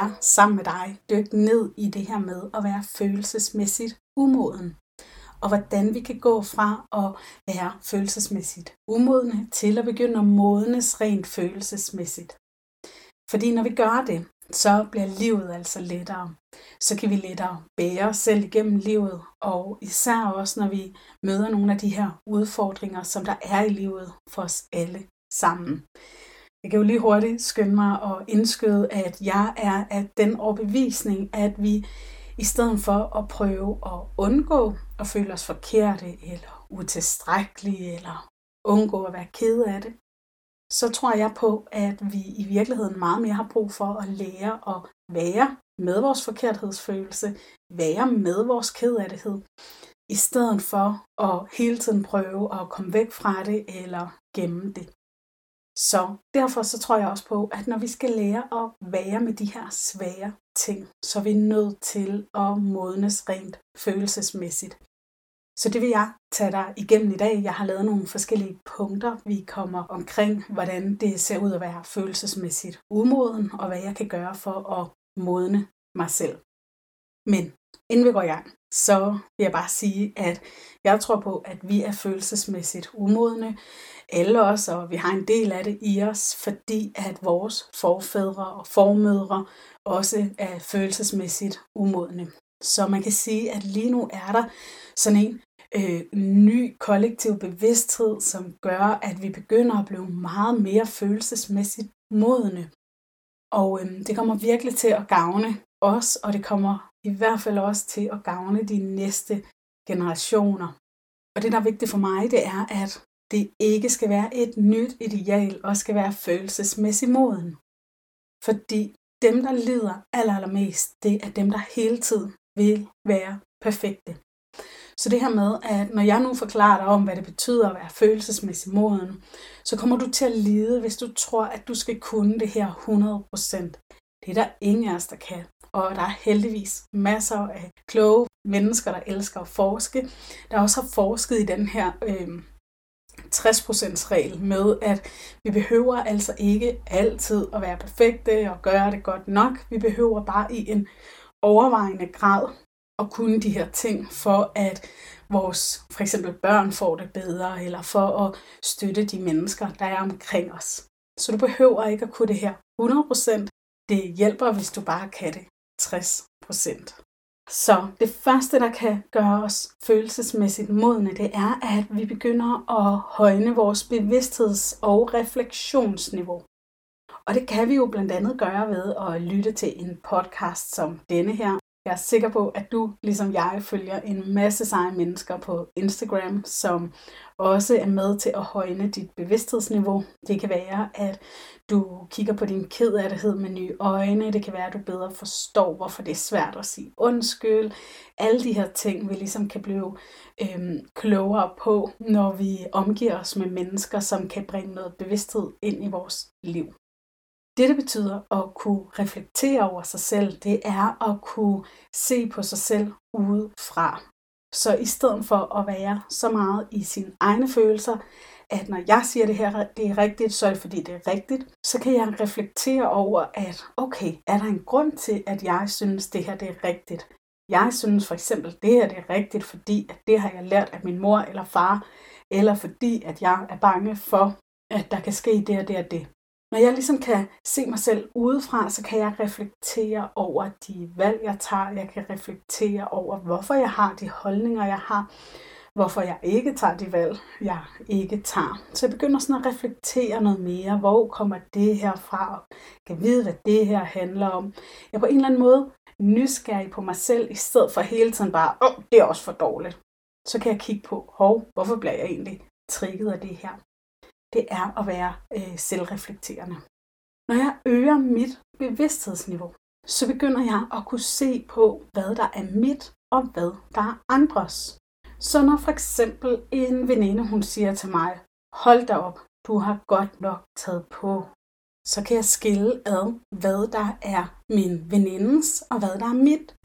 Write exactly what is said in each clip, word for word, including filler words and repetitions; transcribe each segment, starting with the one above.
jeg sammen med dig dykke ned i det her med at være følelsesmæssigt umoden. Og hvordan vi kan gå fra at være følelsesmæssigt umodne til at begynde at modnes rent følelsesmæssigt. Fordi når vi gør det, så bliver livet altså lettere. Så kan vi lettere bære os selv igennem livet, og især også når vi møder nogle af de her udfordringer, som der er i livet for os alle sammen. Jeg kan jo lige hurtigt skynde mig og indskyde, at jeg er af den overbevisning, at vi i stedet for at prøve at undgå at føle os forkerte eller utilstrækkelige eller undgå at være kede af det, så tror jeg på, at vi i virkeligheden meget mere har brug for at lære at være med vores forkerthedsfølelse, være med vores kedelighed, i stedet for at hele tiden prøve at komme væk fra det eller gemme det. Så derfor så tror jeg også på, at når vi skal lære at være med de her svære ting, så er vi nødt til at modnes rent følelsesmæssigt. Så det vil jeg tage dig igennem i dag. Jeg har lavet nogle forskellige punkter, vi kommer omkring, hvordan det ser ud at være følelsesmæssigt umoden, og hvad jeg kan gøre for at modne mig selv. Men inden vi går i gang, så vil jeg bare sige, at jeg tror på, at vi er følelsesmæssigt umodne, alle os, og vi har en del af det i os, fordi at vores forfædre og formødre også er følelsesmæssigt umodne. Så man kan sige, at lige nu er der sådan en øh, ny kollektiv bevidsthed, som gør, at vi begynder at blive meget mere følelsesmæssigt modne. Og øh, det kommer virkelig til at gavne os, og det kommer i hvert fald også til at gavne de næste generationer. Og det, der er vigtigt for mig, det er, at det ikke skal være et nyt ideal, og skal være følelsesmæssigt moden. Fordi dem, der lider aller, allermest, det er dem, der hele tiden vil være perfekte. Så det her med, at når jeg nu forklarer dig om, hvad det betyder at være følelsesmæssigt moden, så kommer du til at lide, hvis du tror, at du skal kunne det her hundrede procent. Det er der ingen af os, der kan. Og der er heldigvis masser af kloge mennesker, der elsker at forske, der også har forsket i den her øh, tres procent regel med, at vi behøver altså ikke altid at være perfekte og gøre det godt nok. Vi behøver bare i en overvejende grad at kunne de her ting, for at vores for eksempel børn får det bedre, eller for at støtte de mennesker, der er omkring os. Så du behøver ikke at kunne det her hundrede procent. Det hjælper, hvis du bare kan det tres procent. Så det første, der kan gøre os følelsesmæssigt modne, det er, at vi begynder at højne vores bevidstheds- og refleksionsniveau. Og det kan vi jo blandt andet gøre ved at lytte til en podcast som denne her. Jeg er sikker på, at du, ligesom jeg, følger en masse seje mennesker på Instagram, som også er med til at højne dit bevidsthedsniveau. Det kan være, at du kigger på din kedelighed med nye øjne. Det kan være, at du bedre forstår, hvorfor det er svært at sige undskyld. Alle de her ting, vi ligesom kan blive øhm, klogere på, når vi omgiver os med mennesker, som kan bringe noget bevidsthed ind i vores liv. Det, det betyder at kunne reflektere over sig selv, det er at kunne se på sig selv udefra. Så i stedet for at være så meget i sine egne følelser, at når jeg siger det her, det er rigtigt, så er det fordi det er rigtigt, så kan jeg reflektere over, at okay, er der en grund til, at jeg synes, det her det er rigtigt? Jeg synes for eksempel, det her det er rigtigt, fordi at det har jeg lært af min mor eller far, eller fordi at jeg er bange for, at der kan ske det og det og det. Når jeg ligesom kan se mig selv udefra, så kan jeg reflektere over de valg, jeg tager. Jeg kan reflektere over, hvorfor jeg har de holdninger, jeg har. Hvorfor jeg ikke tager de valg, jeg ikke tager. Så jeg begynder sådan at reflektere noget mere. Hvor kommer det her fra? Og kan vide, hvad det her handler om. Jeg er på en eller anden måde nysgerrig på mig selv, i stedet for hele tiden bare, åh, oh, det er også for dårligt. Så kan jeg kigge på, hov, hvorfor bliver jeg egentlig trigget af det her? Det er at være øh, selvreflekterende. Når jeg øger mit bevidsthedsniveau, så begynder jeg at kunne se på, hvad der er mit, og hvad der er andres. Så når for eksempel en veninde, hun siger til mig, hold da op, du har godt nok taget på, så kan jeg skille ad, hvad der er min venindens, og hvad der er mit.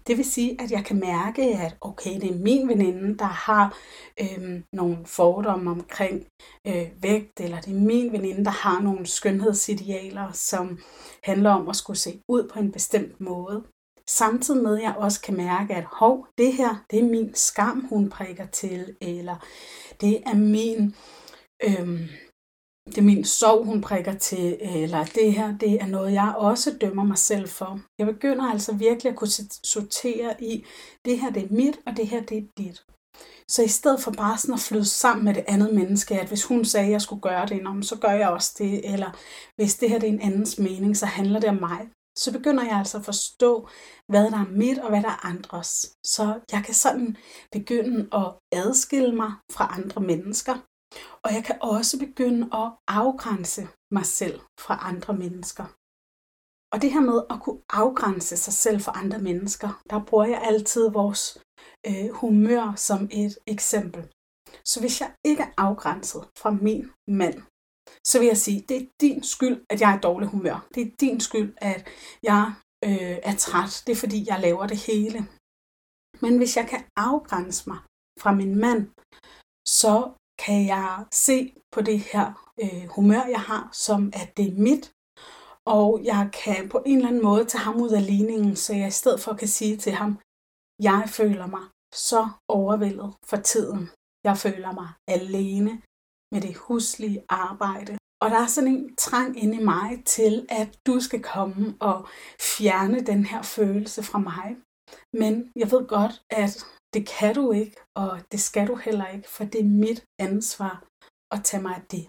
Det vil sige, at jeg kan mærke, at okay, det er min veninde, der har øh, nogle fordomme omkring øh, vægt, eller det er min veninde, der har nogle skønhedsidealer, som handler om at skulle se ud på en bestemt måde. Samtidig med, at jeg også kan mærke, at hov, det her, det er min skam, hun prikker til, eller det er min... Øh, Det er min sorg, hun prikker til, eller det her, det er noget, jeg også dømmer mig selv for. Jeg begynder altså virkelig at kunne sortere i, det her det er mit, og det her det er dit. Så i stedet for bare sådan at flyde sammen med det andet menneske, at hvis hun sagde, at jeg skulle gøre det, så gør jeg også det, eller hvis det her det er en andens mening, så handler det om mig. Så begynder jeg altså at forstå, hvad der er mit, og hvad der er andres. Så jeg kan sådan begynde at adskille mig fra andre mennesker. Og jeg kan også begynde at afgrænse mig selv fra andre mennesker. Og det her med at kunne afgrænse sig selv fra andre mennesker, der bruger jeg altid vores øh, humør som et eksempel. Så hvis jeg ikke er afgrænset fra min mand, så vil jeg sige, det er din skyld, at jeg er i dårlig humør. Det er din skyld, at jeg øh, er træt. Det er fordi, jeg laver det hele. Men hvis jeg kan afgrænse mig fra min mand, så kan jeg se på det her øh, humør, jeg har, som at det er mit, og jeg kan på en eller anden måde tage ham ud af ligningen, så jeg i stedet for kan sige til ham, jeg føler mig så overvældet for tiden. Jeg føler mig alene med det huslige arbejde. Og der er sådan en trang inde i mig til, at du skal komme og fjerne den her følelse fra mig. Men jeg ved godt, at det kan du ikke, og det skal du heller ikke, for det er mit ansvar at tage mig af det.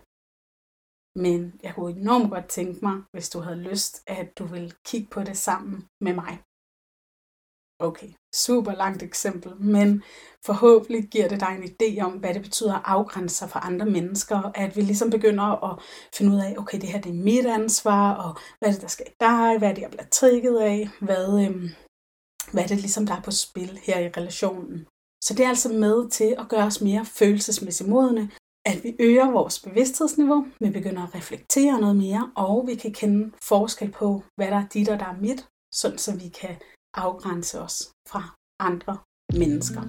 Men jeg kunne enormt godt tænke mig, hvis du havde lyst, at du ville kigge på det sammen med mig. Okay, super langt eksempel, men forhåbentlig giver det dig en idé om, hvad det betyder at afgrænse sig fra andre mennesker, at vi ligesom begynder at finde ud af, okay, det her det er mit ansvar, og hvad er det, der skal i dig, hvad er det, jeg bliver trigget af, hvad... Øhm, Hvad er det ligesom, der er på spil her i relationen? Så det er altså med til at gøre os mere følelsesmæssigt modne, at vi øger vores bevidsthedsniveau, vi begynder at reflektere noget mere, og vi kan kende forskel på, hvad der er dit og der er mit, sådan så vi kan afgrænse os fra andre mennesker.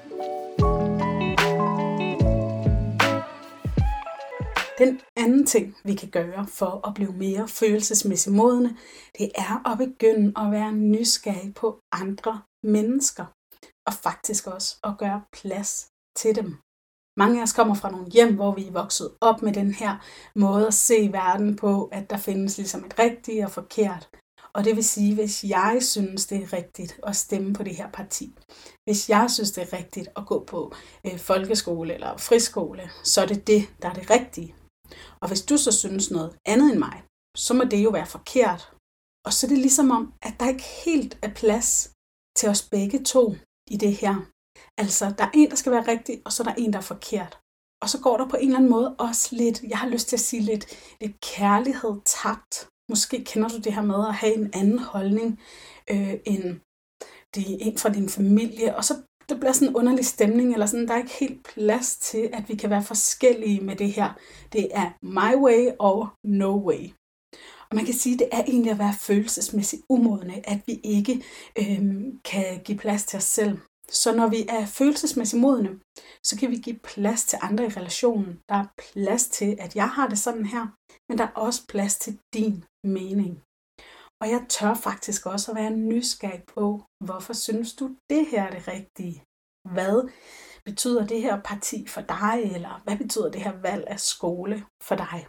Den anden ting, vi kan gøre for at blive mere følelsesmæssigt modne, det er at begynde at være nysgerrig på andre mennesker. Og faktisk også at gøre plads til dem. Mange af os kommer fra nogle hjem, hvor vi er vokset op med den her måde at se verden på, at der findes ligesom et rigtigt og forkert. Og det vil sige, hvis jeg synes, det er rigtigt at stemme på det her parti, hvis jeg synes, det er rigtigt at gå på øh, folkeskole eller friskole, så er det det, der er det rigtige. Og hvis du så synes noget andet end mig, så må det jo være forkert. Og så er det ligesom om, at der ikke helt er plads til os begge to i det her. Altså, der er en, der skal være rigtig, og så er der en, der er forkert. Og så går der på en eller anden måde også lidt, jeg har lyst til at sige lidt, lidt kærlighed tabt. Måske kender du det her med at have en anden holdning øh, end de, en fra din familie, og så det bliver sådan en underlig stemning, eller sådan, der er ikke helt plads til, at vi kan være forskellige med det her. Det er my way og no way. Og man kan sige, at det er egentlig at være følelsesmæssigt umodne, at vi ikke øhm, kan give plads til os selv. Så når vi er følelsesmæssigt modne, så kan vi give plads til andre i relationen. Der er plads til, at jeg har det sådan her, men der er også plads til din mening. Og jeg tør faktisk også at være nysgerrig på, hvorfor synes du, det her er det rigtige? Hvad betyder det her parti for dig, eller hvad betyder det her valg af skole for dig?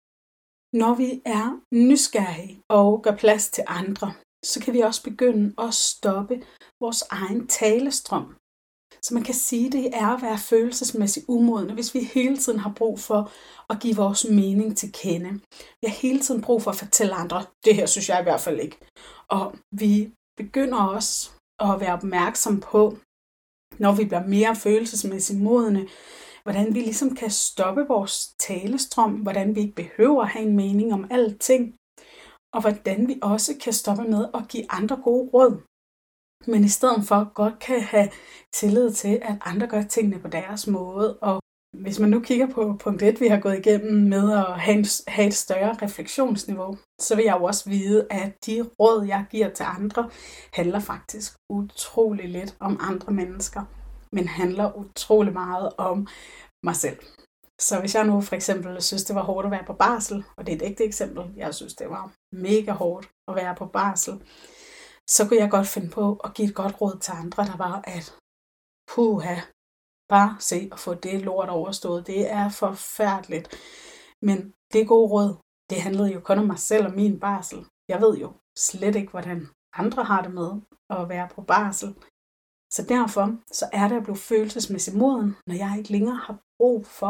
Når vi er nysgerrige og gør plads til andre, så kan vi også begynde at stoppe vores egen talestrøm. Så man kan sige, at det er at være følelsesmæssigt umodne, hvis vi hele tiden har brug for at give vores mening til kende. Vi har hele tiden brug for at fortælle andre, det her synes jeg i hvert fald ikke. Og vi begynder også at være opmærksom på, når vi bliver mere følelsesmæssigt modne, hvordan vi ligesom kan stoppe vores talestrøm, hvordan vi ikke behøver at have en mening om alting, og hvordan vi også kan stoppe med at give andre gode råd. Men i stedet for godt kan have tillid til, at andre gør tingene på deres måde, og Hvis man nu kigger på punkt et, vi har gået igennem med at have, en, have et større refleksionsniveau, så vil jeg jo også vide, at de råd, jeg giver til andre, handler faktisk utrolig lidt om andre mennesker, men handler utrolig meget om mig selv. Så hvis jeg nu for eksempel synes, det var hårdt at være på barsel, og det er et ægte eksempel, jeg synes, det var mega hårdt at være på barsel, så kunne jeg godt finde på at give et godt råd til andre, der var, at puha, bare se og få det lort overstået. Det er forfærdeligt. Men det gode råd, det handlede jo kun om mig selv og min barsel. Jeg ved jo slet ikke, hvordan andre har det med at være på barsel. Så derfor så er det at blive følelsesmæssigt moden, når jeg ikke længere har brug for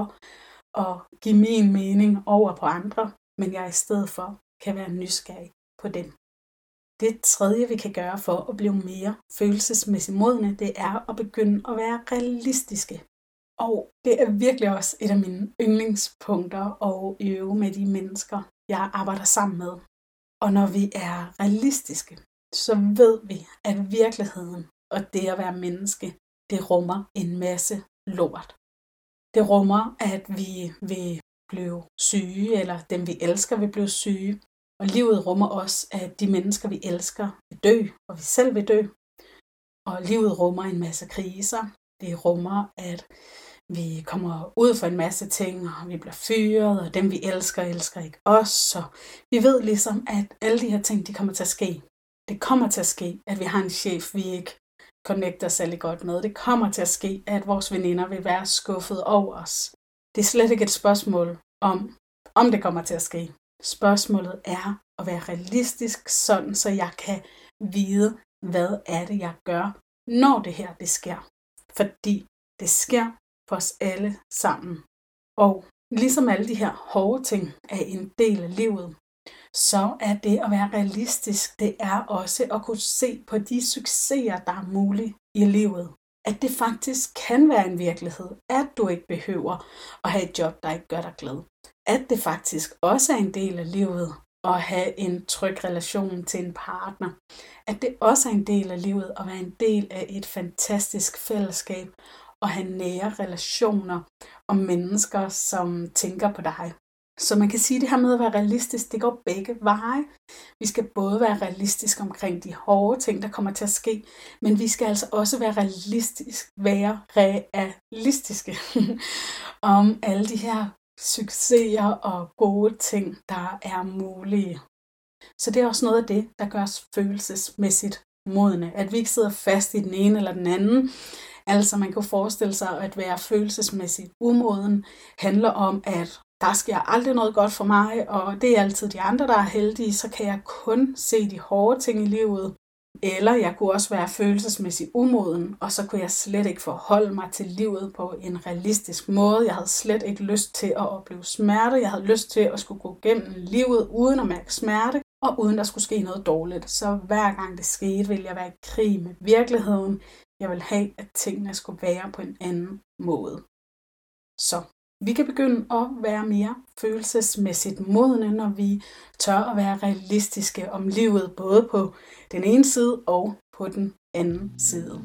at give min mening over på andre, men jeg i stedet for kan være nysgerrig på dem. Det tredje, vi kan gøre for at blive mere følelsesmæssigt modne, det er at begynde at være realistiske. Og det er virkelig også et af mine yndlingspunkter at øve med de mennesker, jeg arbejder sammen med. Og når vi er realistiske, så ved vi, at virkeligheden og det at være menneske, det rummer en masse lort. Det rummer, at vi vil blive syge, eller dem vi elsker vil blive syge. Og livet rummer også, at de mennesker, vi elsker, vil dø, og vi selv vil dø. Og livet rummer en masse kriser. Det rummer, at vi kommer ud for en masse ting, og vi bliver fyret, og dem, vi elsker, elsker ikke os. Så vi ved ligesom, at alle de her ting, de kommer til at ske. Det kommer til at ske, at vi har en chef, vi ikke connecter særlig godt med. Det kommer til at ske, at vores veninder vil være skuffet over os. Det er slet ikke et spørgsmål om, om det kommer til at ske. Spørgsmålet er at være realistisk, sådan så jeg kan vide, hvad er det, jeg gør, når det her det sker. Fordi det sker for os alle sammen. Og ligesom alle de her hårde ting er en del af livet, så er det at være realistisk, det er også at kunne se på de succeser, der er mulige i livet. At det faktisk kan være en virkelighed, at du ikke behøver at have et job, der ikke gør dig glad. At det faktisk også er en del af livet at have en tryg relation til en partner. At det også er en del af livet at være en del af et fantastisk fællesskab og have nære relationer og mennesker, som tænker på dig. Så man kan sige, at det her med at være realistisk, det går begge veje. Vi skal både være realistiske omkring de hårde ting, der kommer til at ske, men vi skal altså også være realistisk, være realistiske om alle de her succeser og gode ting, der er mulige. Så det er også noget af det, der gør os følelsesmæssigt modne. At vi ikke sidder fast i den ene eller den anden. Altså man kan forestille sig, at være følelsesmæssigt umoden handler om, at der sker aldrig noget godt for mig, og det er altid de andre, der er heldige, så kan jeg kun se de hårde ting i livet. Eller jeg kunne også være følelsesmæssigt umoden, og så kunne jeg slet ikke forholde mig til livet på en realistisk måde. Jeg havde slet ikke lyst til at opleve smerte. Jeg havde lyst til at skulle gå gennem livet uden at mærke smerte, og uden der skulle ske noget dårligt. Så hver gang det skete, ville jeg være i krig med virkeligheden. Jeg ville have, at tingene skulle være på en anden måde. Så vi kan begynde at være mere følelsesmæssigt modne, når vi tør at være realistiske om livet, både på den ene side og på den anden side.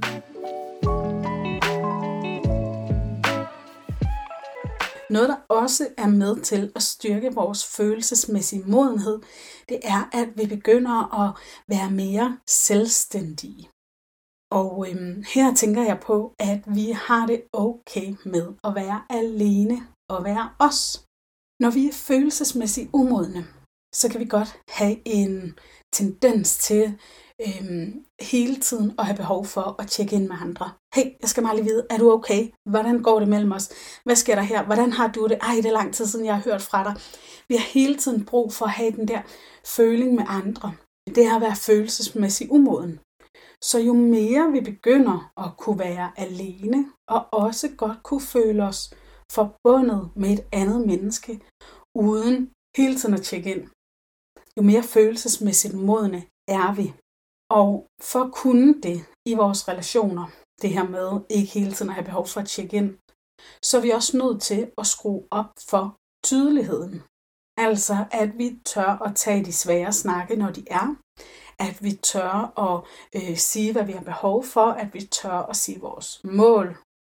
Noget, der også er med til at styrke vores følelsesmæssige modenhed, det er, at vi begynder at være mere selvstændige. Og øhm, her tænker jeg på, at vi har det okay med at være alene og være os. Når vi er følelsesmæssigt umodne, så kan vi godt have en tendens til øhm, hele tiden at have behov for at tjekke ind med andre. Hey, jeg skal bare lige vide, er du okay? Hvordan går det mellem os? Hvad sker der her? Hvordan har du det? Ej, det er lang tid siden, jeg har hørt fra dig. Vi har hele tiden brug for at have den der føling med andre. Det er at være følelsesmæssigt umoden. Så jo mere vi begynder at kunne være alene, og også godt kunne føle os forbundet med et andet menneske, uden hele tiden at tjekke ind, jo mere følelsesmæssigt modne er vi. Og for at kunne det i vores relationer, det her med ikke hele tiden at have behov for at tjekke ind, så er vi også nødt til at skrue op for tydeligheden. Altså at vi tør at tage de svære snakke, når de er. At vi tør at øh, sige, hvad vi har behov for, at vi tør at sige vores mål,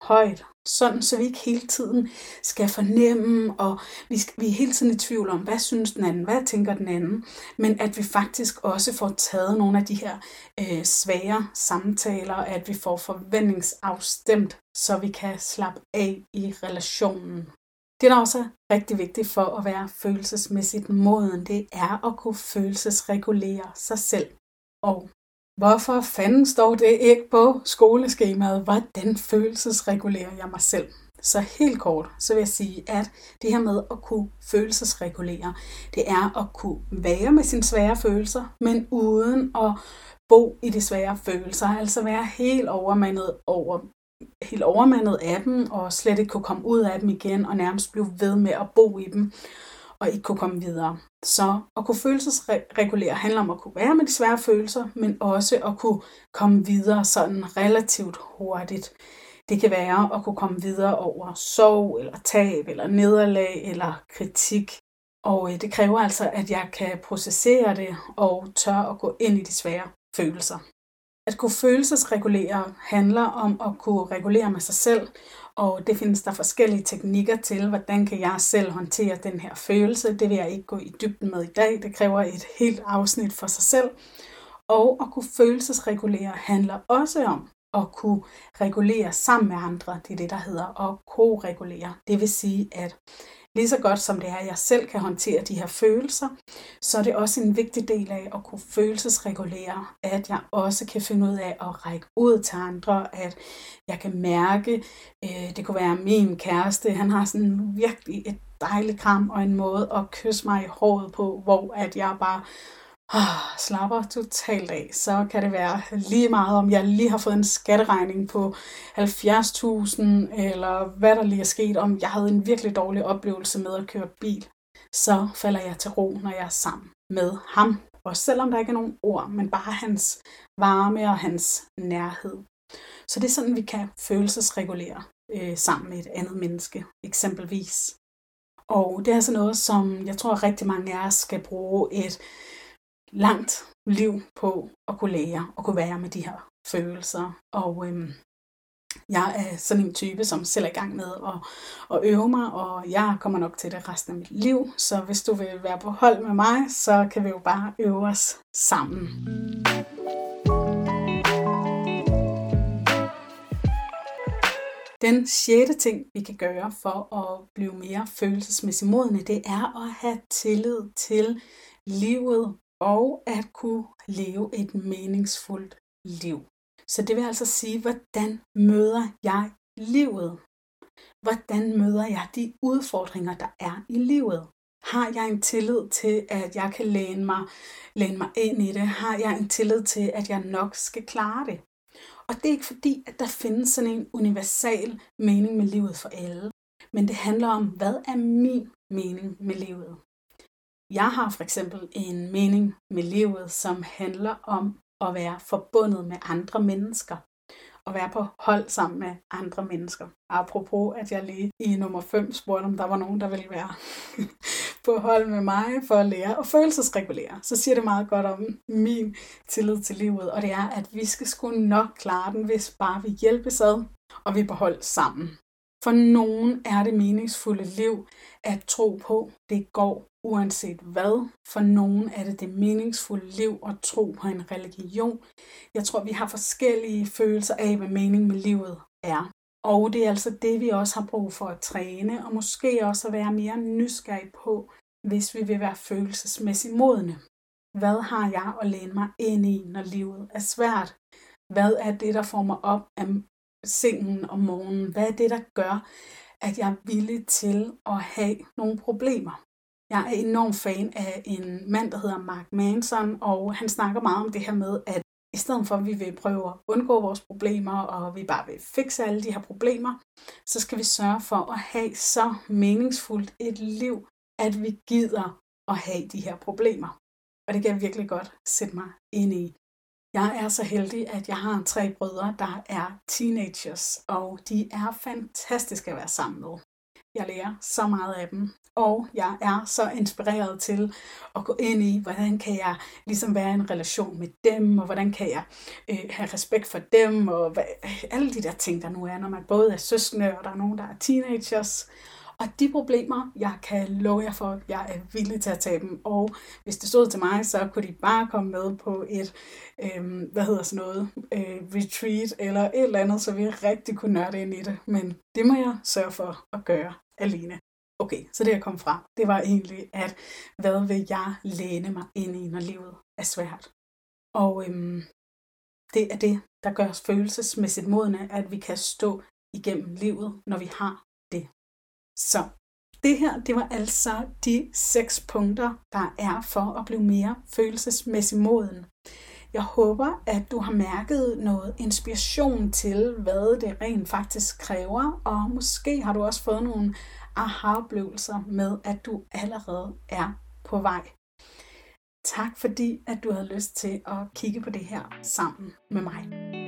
højt, sådan så vi ikke hele tiden skal fornemme, og vi, skal, vi er hele tiden i tvivl om, hvad synes den anden, hvad tænker den anden, men at vi faktisk også får taget nogle af de her øh, svære samtaler, at vi får forventningsafstemt, så vi kan slappe af i relationen. Det, der også er rigtig vigtigt for at være følelsesmæssigt moden, det er at kunne følelsesregulere sig selv. Og hvorfor fanden står det ikke på skoleskemaet? Hvordan følelsesregulerer jeg mig selv? Så helt kort, så vil jeg sige, at det her med at kunne følelsesregulere, det er at kunne være med sine svære følelser, men uden at bo i de svære følelser. Altså være helt overmandet over helt overmandet af dem, og slet ikke kunne komme ud af dem igen, og nærmest blive ved med at bo i dem, og ikke kunne komme videre. Så at kunne følelsesregulere handler om at kunne være med de svære følelser, men også at kunne komme videre sådan relativt hurtigt. Det kan være at kunne komme videre over sorg, eller tab, eller nederlag, eller kritik. Og det kræver altså, at jeg kan processere det, og tør at gå ind i de svære følelser. At kunne følelsesregulere handler om at kunne regulere med sig selv, og det findes der forskellige teknikker til, hvordan kan jeg selv håndtere den her følelse. Det vil jeg ikke gå i dybden med i dag, det kræver et helt afsnit for sig selv. Og at kunne følelsesregulere handler også om at kunne regulere sammen med andre. Det er det, der hedder at ko-regulere. Det vil sige, at lige så godt som det er, at jeg selv kan håndtere de her følelser, så er det også en vigtig del af at kunne følelsesregulere, at jeg også kan finde ud af at række ud til andre, at jeg kan mærke, øh, det kunne være min kæreste, han har sådan virkelig et dejligt kram og en måde at kysse mig i håret på, hvor at jeg bare Oh, slapper totalt af, så kan det være lige meget, om jeg lige har fået en skatteregning på halvfjerds tusind, eller hvad der lige er sket, om jeg havde en virkelig dårlig oplevelse med at køre bil. Så falder jeg til ro, når jeg er sammen med ham. Og selvom der ikke er nogen ord, men bare hans varme og hans nærhed. Så det er sådan, vi kan følelsesregulere øh, sammen med et andet menneske, eksempelvis. Og det er altså noget, som jeg tror rigtig mange af os skal bruge et langt liv på at kunne lære og kunne være med de her følelser. Og øhm, jeg er sådan en type, som selv er i gang med at, at øve mig, og jeg kommer nok til det resten af mit liv. Så hvis du vil være på hold med mig, så kan vi jo bare øve os sammen. Den sjette ting, vi kan gøre for at blive mere følelsesmæssigt modne, det er at have tillid til livet og at kunne leve et meningsfuldt liv. Så det vil altså sige, hvordan møder jeg livet? Hvordan møder jeg de udfordringer, der er i livet? Har jeg en tillid til, at jeg kan læne mig, læne mig ind i det? Har jeg en tillid til, at jeg nok skal klare det? Og det er ikke fordi, at der findes sådan en universal mening med livet for alle. Men det handler om, hvad er min mening med livet? Jeg har for eksempel en mening med livet, som handler om at være forbundet med andre mennesker. Og være på hold sammen med andre mennesker. Apropos, at jeg lige i nummer fem spurgte, om der var nogen, der ville være på hold med mig for at lære at følelsesregulere. Så siger det meget godt om min tillid til livet. Og det er, at vi skal sgu nok klare den, hvis bare vi hjælpes ad, og vi er på hold sammen. For nogen er det meningsfulde liv at tro på, det går uanset hvad. For nogen er det det meningsfulde liv at tro på en religion. Jeg tror, vi har forskellige følelser af, hvad mening med livet er. Og det er altså det, vi også har brug for at træne, og måske også at være mere nysgerrig på, hvis vi vil være følelsesmæssigt modne. Hvad har jeg at læne mig ind i, når livet er svært? Hvad er det, der får mig op af sengen om morgenen? Hvad er det, der gør, at jeg er villig til at have nogle problemer? Jeg er enorm fan af en mand, der hedder Mark Manson, og han snakker meget om det her med, at i stedet for, at vi vil prøve at undgå vores problemer, og vi bare vil fikse alle de her problemer, så skal vi sørge for at have så meningsfuldt et liv, at vi gider at have de her problemer. Og det kan jeg virkelig godt sætte mig ind i. Jeg er så heldig, at jeg har tre brødre, der er teenagers, og de er fantastiske at være sammen med. Jeg lærer så meget af dem, og jeg er så inspireret til at gå ind i, hvordan kan jeg ligesom være i en relation med dem, og hvordan kan jeg øh, have respekt for dem, og hvad, alle de der ting, der nu er, når man både er søskende, og der er nogen, der er teenagers. Og de problemer, jeg kan love jer for, jeg er villig til at tage dem. Og hvis det stod til mig, så kunne de bare komme med på et, øh, hvad hedder sådan noget, øh, retreat eller et eller andet, så vi rigtig kunne nørde ind i det. Men det må jeg sørge for at gøre alene. Okay, så det jeg kom fra, det var egentlig, at hvad vil jeg læne mig ind i, når livet er svært? Og øhm, det er det, der gør os følelsesmæssigt modne, at vi kan stå igennem livet, når vi har det. Så det her, det var altså de seks punkter, der er for at blive mere følelsesmæssigt moden. Jeg håber, at du har mærket noget inspiration til, hvad det rent faktisk kræver, og måske har du også fået nogle aha-oplevelser med, at du allerede er på vej. Tak fordi, at du havde lyst til at kigge på det her sammen med mig.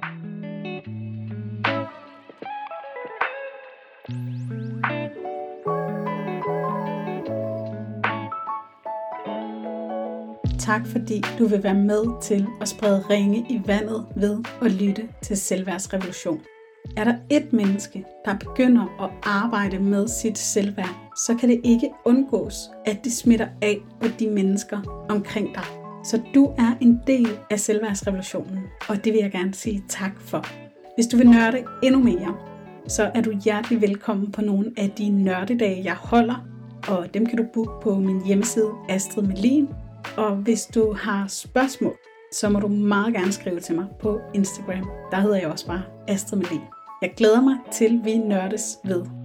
Tak fordi du vil være med til at sprede ringe i vandet ved at lytte til Selvværdsrevolution. Er der et menneske, der begynder at arbejde med sit selvværd, så kan det ikke undgås, at det smitter af på de mennesker omkring dig. Så du er en del af Selvværdsrevolutionen, og det vil jeg gerne sige tak for. Hvis du vil nørde endnu mere, så er du hjertelig velkommen på nogle af de nørdedage, jeg holder, og dem kan du booke på min hjemmeside Astrid Melin. Og hvis du har spørgsmål, så må du meget gerne skrive til mig på Instagram. Der hedder jeg også bare Astrid Melin. Jeg glæder mig til, vi nørdes ved.